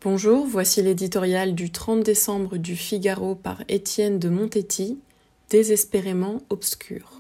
Bonjour, voici l'éditorial du 30 décembre du Figaro par Étienne de Montetti, Désespérément obscur.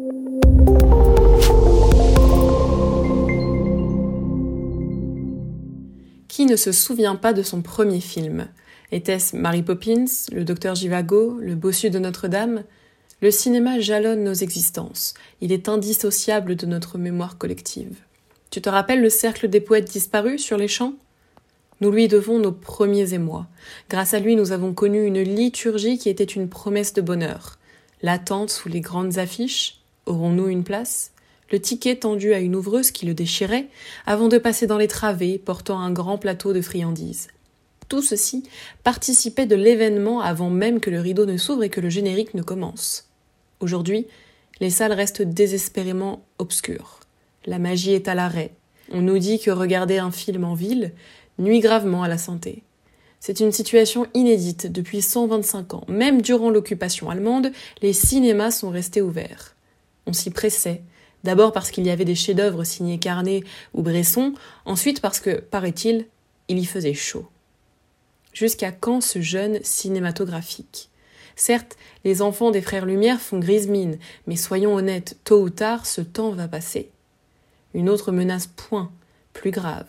Qui ne se souvient pas de son premier film ? Était-ce Mary Poppins, le docteur Zhivago, le bossu de Notre-Dame ? Le cinéma jalonne nos existences. Il est indissociable de notre mémoire collective. Tu te rappelles le cercle des poètes disparus sur les champs ? Nous lui devons nos premiers émois. Grâce à lui, nous avons connu une liturgie qui était une promesse de bonheur. L'attente sous les grandes affiches. Aurons-nous une place ? Le ticket tendu à une ouvreuse qui le déchirait, avant de passer dans les travées, portant un grand plateau de friandises. Tout ceci participait de l'événement avant même que le rideau ne s'ouvre et que le générique ne commence. Aujourd'hui, les salles restent désespérément obscures. La magie est à l'arrêt. On nous dit que regarder un film en ville nuit gravement à la santé. C'est une situation inédite depuis 125 ans. Même durant l'occupation allemande, les cinémas sont restés ouverts. On s'y pressait, d'abord parce qu'il y avait des chefs-d'œuvre signés Carnet ou Bresson, ensuite parce que, paraît-il, il y faisait chaud. Jusqu'à quand ce jeûne cinématographique ? Certes, les enfants des frères Lumière font grise mine, mais soyons honnêtes, tôt ou tard, ce temps va passer. Une autre menace point, plus grave.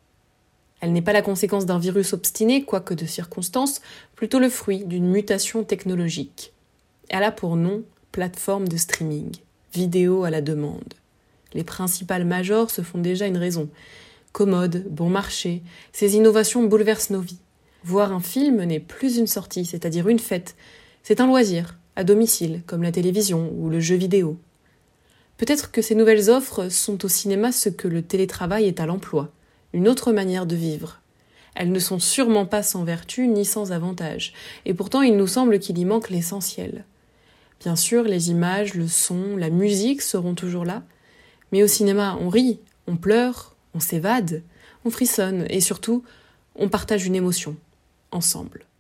Elle n'est pas la conséquence d'un virus obstiné, quoique de circonstance, plutôt le fruit d'une mutation technologique. Elle a pour nom plateforme de streaming, vidéo à la demande. Les principales majors se font déjà une raison. Commode, bon marché, ces innovations bouleversent nos vies. Voir un film n'est plus une sortie, c'est-à-dire une fête. C'est un loisir, à domicile, comme la télévision ou le jeu vidéo. Peut-être que ces nouvelles offres sont au cinéma ce que le télétravail est à l'emploi. Une autre manière de vivre. Elles ne sont sûrement pas sans vertu ni sans avantage, et pourtant il nous semble qu'il y manque l'essentiel. Bien sûr, les images, le son, la musique seront toujours là, mais au cinéma, on rit, on pleure, on s'évade, on frissonne, et surtout, on partage une émotion, ensemble.